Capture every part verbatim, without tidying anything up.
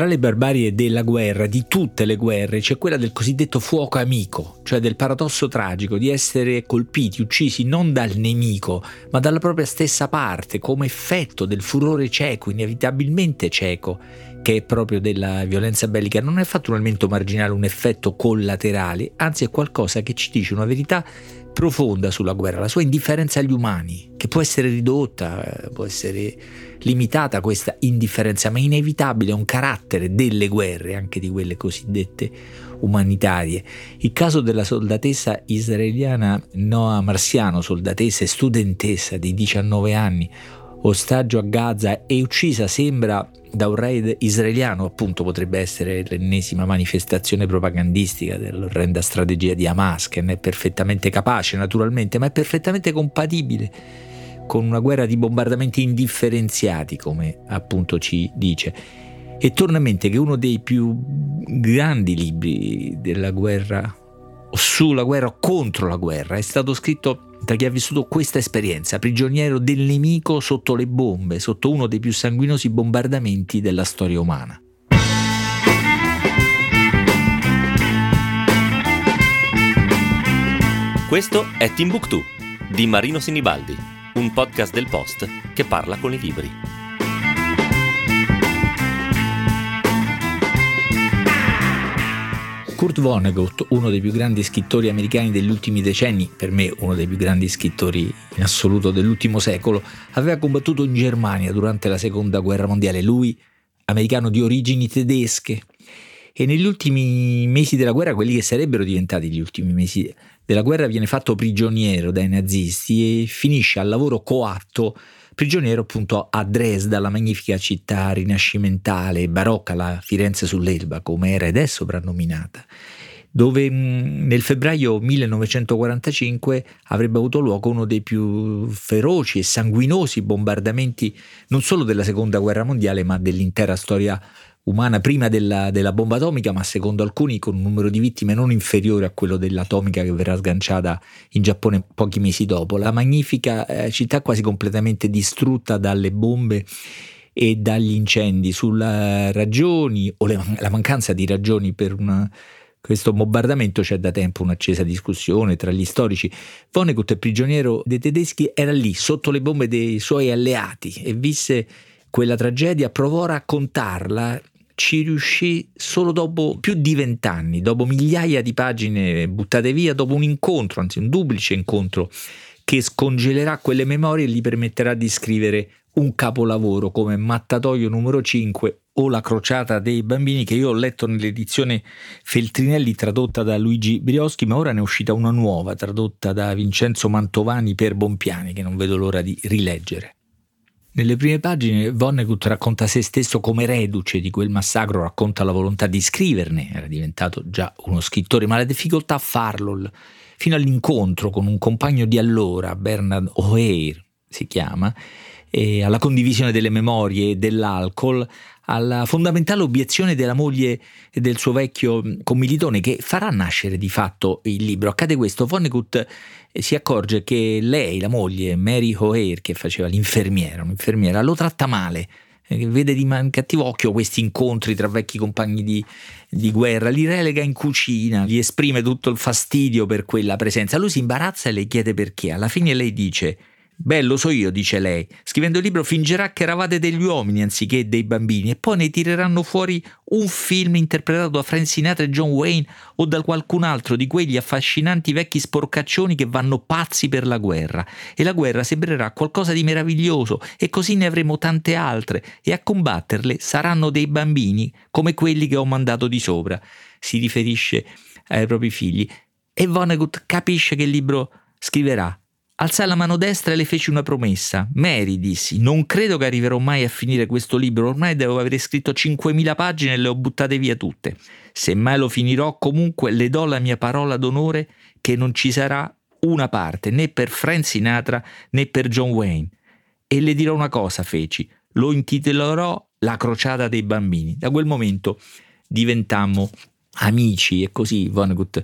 Tra le barbarie della guerra, di tutte le guerre, c'è quella del cosiddetto fuoco amico, cioè del paradosso tragico di essere colpiti, uccisi non dal nemico, ma dalla propria stessa parte, come effetto del furore cieco, inevitabilmente cieco, che è proprio della violenza bellica. Non è fatto un elemento marginale, un effetto collaterale, anzi è qualcosa che ci dice una verità profonda sulla guerra, la sua indifferenza agli umani, che può essere ridotta, può essere limitata questa indifferenza, ma inevitabile, è un carattere delle guerre, anche di quelle cosiddette umanitarie. Il caso della soldatessa israeliana Noa Marziano, soldatessa e studentessa di diciannove anni, ostaggio a Gaza e uccisa, sembra, da un raid israeliano, appunto potrebbe essere l'ennesima manifestazione propagandistica dell'orrenda strategia di Hamas, che ne è perfettamente capace naturalmente, ma è perfettamente compatibile con una guerra di bombardamenti indifferenziati, come appunto ci dice. E torna in mente che uno dei più grandi libri della guerra, o sulla guerra o contro la guerra, è stato scritto da chi ha vissuto questa esperienza, prigioniero del nemico sotto le bombe, sotto uno dei più sanguinosi bombardamenti della storia umana. Questo è Timbuktu di Marino Sinibaldi, un podcast del Post che parla con i libri. Kurt Vonnegut, uno dei più grandi scrittori americani degli ultimi decenni, per me uno dei più grandi scrittori in assoluto dell'ultimo secolo, aveva combattuto in Germania durante la seconda guerra mondiale. Lui, americano di origini tedesche, e negli ultimi mesi della guerra, quelli che sarebbero diventati gli ultimi mesi della guerra, viene fatto prigioniero dai nazisti e finisce al lavoro coatto prigioniero appunto a Dresda, la magnifica città rinascimentale e barocca, la Firenze sull'Elba, come era ed è soprannominata, dove mh, nel febbraio millenovecentoquarantacinque avrebbe avuto luogo uno dei più feroci e sanguinosi bombardamenti non solo della seconda guerra mondiale, ma dell'intera storia umana, prima della, della bomba atomica, ma secondo alcuni con un numero di vittime non inferiore a quello dell'atomica che verrà sganciata in Giappone pochi mesi dopo. La magnifica eh, città quasi completamente distrutta dalle bombe e dagli incendi. Sulle ragioni o le, la mancanza di ragioni per una, questo bombardamento c'è da tempo un'accesa discussione tra gli storici. Vonnegut, prigioniero dei tedeschi, era lì sotto le bombe dei suoi alleati e visse quella tragedia, provò a raccontarla, ci riuscì solo dopo più di vent'anni, dopo migliaia di pagine buttate via, dopo un incontro, anzi un duplice incontro, che scongelerà quelle memorie e gli permetterà di scrivere un capolavoro come Mattatoio numero cinque o La crociata dei bambini, che io ho letto nell'edizione Feltrinelli tradotta da Luigi Brioschi, ma ora ne è uscita una nuova tradotta da Vincenzo Mantovani per Bompiani, che non vedo l'ora di rileggere. Nelle prime pagine Vonnegut racconta se stesso come reduce di quel massacro, racconta la volontà di scriverne, era diventato già uno scrittore, ma la difficoltà a farlo, fino all'incontro con un compagno di allora, Bernard O'Hare si chiama, e alla condivisione delle memorie e dell'alcol, alla fondamentale obiezione della moglie e del suo vecchio commilitone che farà nascere di fatto il libro. Accade questo: Vonnegut si accorge che lei, la moglie, Mary O'Hare, che faceva l'infermiera, un'infermiera, lo tratta male, vede di cattivo occhio questi incontri tra vecchi compagni di, di guerra, li relega in cucina, gli esprime tutto il fastidio per quella presenza. Lui si imbarazza e le chiede perché. Alla fine lei dice: beh, lo so io, dice lei, scrivendo il libro fingerà che eravate degli uomini anziché dei bambini e poi ne tireranno fuori un film interpretato da Frank Sinatra e John Wayne o da qualcun altro di quegli affascinanti vecchi sporcaccioni che vanno pazzi per la guerra, e la guerra sembrerà qualcosa di meraviglioso e così ne avremo tante altre e a combatterle saranno dei bambini come quelli che ho mandato di sopra. Si riferisce ai propri figli e Vonnegut capisce che il libro scriverà. Alzai la mano destra e le feci una promessa. Mary, dissi, non credo che arriverò mai a finire questo libro, ormai devo aver scritto cinquemila pagine e le ho buttate via tutte. Se mai lo finirò, comunque le do la mia parola d'onore che non ci sarà una parte, né per Frank Sinatra né per John Wayne. E le dirò una cosa, feci, lo intitolerò La crociata dei bambini. Da quel momento diventammo amici e così Vonnegut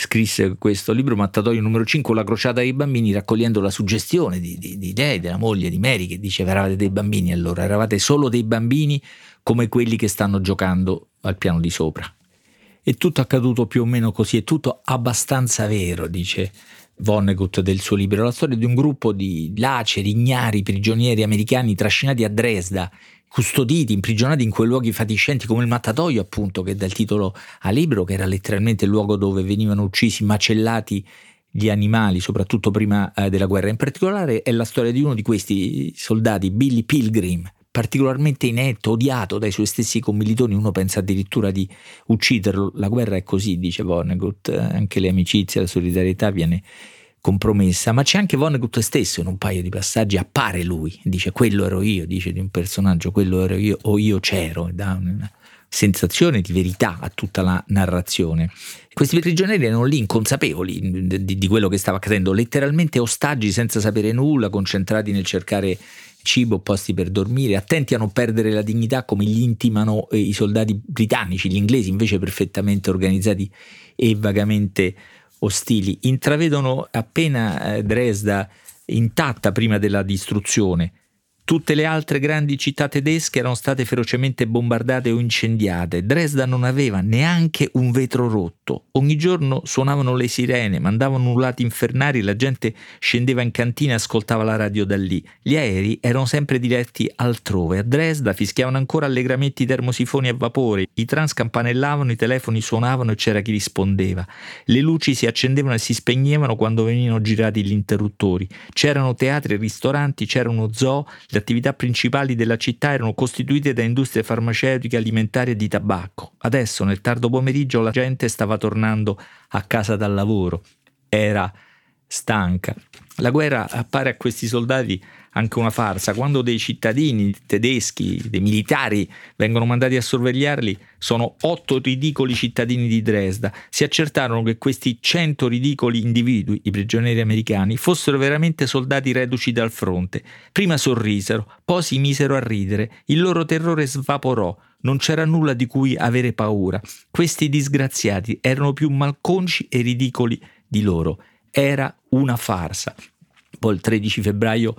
scrisse questo libro Mattatoio numero cinque, La crociata dei bambini, raccogliendo la suggestione di, di, di lei, della moglie di Mary, che diceva: eravate dei bambini allora, eravate solo dei bambini come quelli che stanno giocando al piano di sopra. È tutto accaduto più o meno così, è tutto abbastanza vero, dice Vonnegut del suo libro, la storia di un gruppo di laceri, ignari, prigionieri americani trascinati a Dresda, custoditi, imprigionati in quei luoghi fatiscenti come il mattatoio, appunto, che dà il titolo al libro, che era letteralmente il luogo dove venivano uccisi, macellati gli animali, soprattutto prima eh, della guerra. In particolare è la storia di uno di questi soldati, Billy Pilgrim, particolarmente inetto, odiato dai suoi stessi commilitoni. Uno pensa addirittura di ucciderlo. La guerra è così, dice Vonnegut, anche le amicizie, la solidarietà viene compromessa, ma c'è anche Vonnegut stesso in un paio di passaggi, appare lui, dice: quello ero io, dice di un personaggio, quello ero io o io c'ero, e dà una sensazione di verità a tutta la narrazione. Questi prigionieri erano lì inconsapevoli di, di quello che stava accadendo, letteralmente ostaggi senza sapere nulla, concentrati nel cercare cibo, posti per dormire, attenti a non perdere la dignità, come gli intimano eh, i soldati britannici. Gli inglesi invece perfettamente organizzati e vagamente ostili. Intravedono appena eh, Dresda intatta prima della distruzione. Tutte le altre grandi città tedesche erano state ferocemente bombardate o incendiate. Dresda non aveva neanche un vetro rotto. Ogni giorno suonavano le sirene, mandavano ululati infernali, la gente scendeva in cantina e ascoltava la radio da lì. Gli aerei erano sempre diretti altrove. A Dresda fischiavano ancora allegramente i termosifoni a vapore, i tram scampanellavano, i telefoni suonavano e c'era chi rispondeva. Le luci si accendevano e si spegnevano quando venivano girati gli interruttori. C'erano teatri e ristoranti, c'era uno zoo. Le attività principali della città erano costituite da industrie farmaceutiche, alimentari e di tabacco. Adesso, nel tardo pomeriggio, la gente stava tornando a casa dal lavoro. Era stanca. La guerra appare a questi soldati anche una farsa. Quando dei cittadini tedeschi, dei militari, vengono mandati a sorvegliarli, sono otto ridicoli cittadini di Dresda. Si accertarono che questi cento ridicoli individui, i prigionieri americani, fossero veramente soldati reduci dal fronte. Prima sorrisero, poi si misero a ridere. Il loro terrore svaporò. Non c'era nulla di cui avere paura. Questi disgraziati erano più malconci e ridicoli di loro. Era una farsa. Poi il tredici febbraio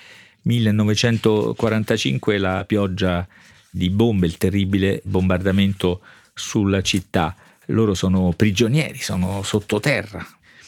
millenovecentoquarantacinque la pioggia di bombe, il terribile bombardamento sulla città. Loro sono prigionieri, sono sottoterra.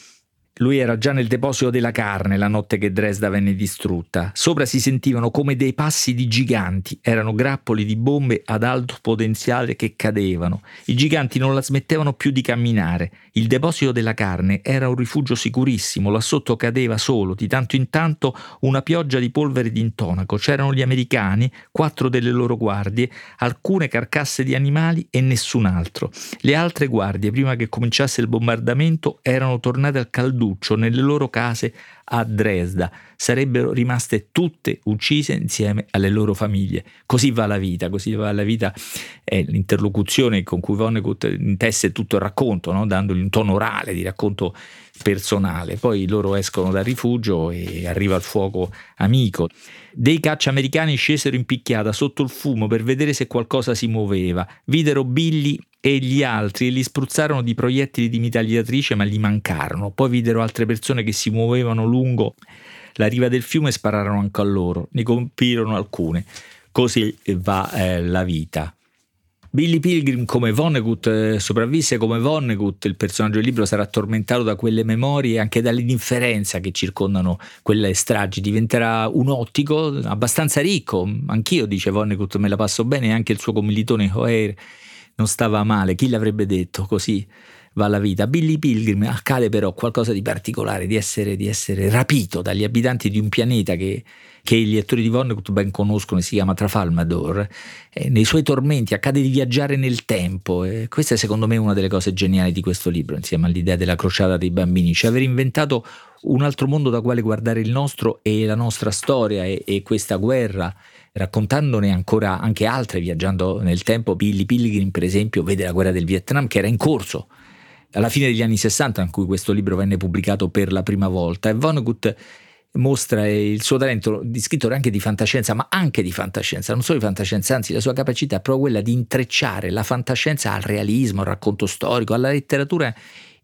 Lui era già nel deposito della carne la notte che Dresda venne distrutta. Sopra si sentivano come dei passi di giganti, erano grappoli di bombe ad alto potenziale che cadevano. I giganti non la smettevano più di camminare. Il deposito della carne era un rifugio sicurissimo, là sotto cadeva solo, di tanto in tanto, una pioggia di polvere d'intonaco. C'erano gli americani, quattro delle loro guardie, alcune carcasse di animali e nessun altro. Le altre guardie, prima che cominciasse il bombardamento, erano tornate al calduccio nelle loro case a Dresda. Sarebbero rimaste tutte uccise insieme alle loro famiglie. Così va la vita, così va la vita. È l'interlocuzione con cui Vonnegut intesse tutto il racconto, no? Dandogli un tono orale di racconto personale. Poi loro escono dal rifugio e arriva il fuoco amico. Dei caccia americani scesero in picchiata sotto il fumo per vedere se qualcosa si muoveva. Videro Billy e gli altri e li spruzzarono di proiettili di mitragliatrice, ma gli mancarono. Poi videro altre persone che si muovevano lungo la riva del fiume e spararono anche a loro. Ne colpirono alcune. Così va eh, la vita. Billy Pilgrim, come Vonnegut, eh, sopravvisse come Vonnegut. Il personaggio del libro sarà tormentato da quelle memorie e anche dall'indifferenza che circondano quelle stragi. Diventerà un ottico abbastanza ricco. Anch'io, dice Vonnegut, me la passo bene, e anche il suo commilitone Hoer non stava male. Chi l'avrebbe detto? Così va la vita. Billy Pilgrim accade però qualcosa di particolare, di essere, di essere rapito dagli abitanti di un pianeta che, che i lettori di Vonnegut ben conoscono e si chiama Trafalmador. E nei suoi tormenti accade di viaggiare nel tempo, e questa è secondo me una delle cose geniali di questo libro, insieme all'idea della crociata dei bambini, cioè aver inventato un altro mondo da quale guardare il nostro e la nostra storia e, e questa guerra, raccontandone ancora anche altre viaggiando nel tempo. Billy Pilgrim, per esempio, vede la guerra del Vietnam che era in corso alla fine degli anni sessanta, in cui questo libro venne pubblicato per la prima volta, e Vonnegut mostra il suo talento di scrittore anche di fantascienza, ma anche di fantascienza, non solo di fantascienza, anzi la sua capacità è proprio quella di intrecciare la fantascienza al realismo, al racconto storico, alla letteratura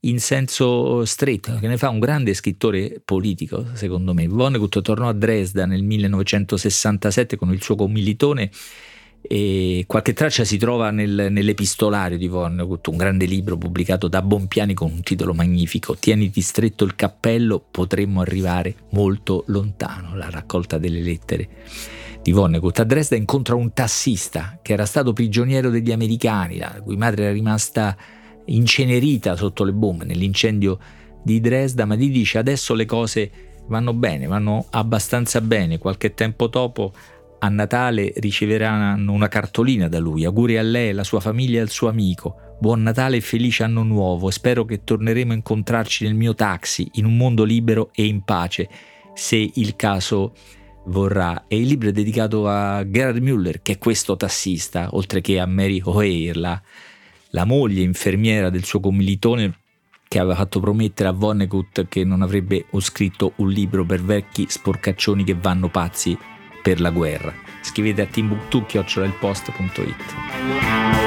in senso stretto, che ne fa un grande scrittore politico, secondo me. Vonnegut tornò a Dresda nel millenovecentosessantasette con il suo commilitone e qualche traccia si trova nel, nell'epistolario di Vonnegut, un grande libro pubblicato da Bompiani con un titolo magnifico: Tieniti stretto il cappello, potremmo arrivare molto lontano, la raccolta delle lettere di Vonnegut. A Dresda incontra un tassista che era stato prigioniero degli americani, la cui madre era rimasta incenerita sotto le bombe nell'incendio di Dresda, ma gli dice: adesso le cose vanno bene, vanno abbastanza bene. Qualche tempo dopo, a Natale, riceveranno una cartolina da lui: auguri a lei, alla sua famiglia e al suo amico, buon Natale e felice anno nuovo, spero che torneremo a incontrarci nel mio taxi in un mondo libero e in pace, se il caso vorrà. E il libro è dedicato a Gerhard Müller, che è questo tassista, oltre che a Mary O'Hare, la, la moglie infermiera del suo commilitone, che aveva fatto promettere a Vonnegut che non avrebbe scritto un libro per vecchi sporcaccioni che vanno pazzi per la guerra. Scrivete a timbuktu chiocciola il post punto it.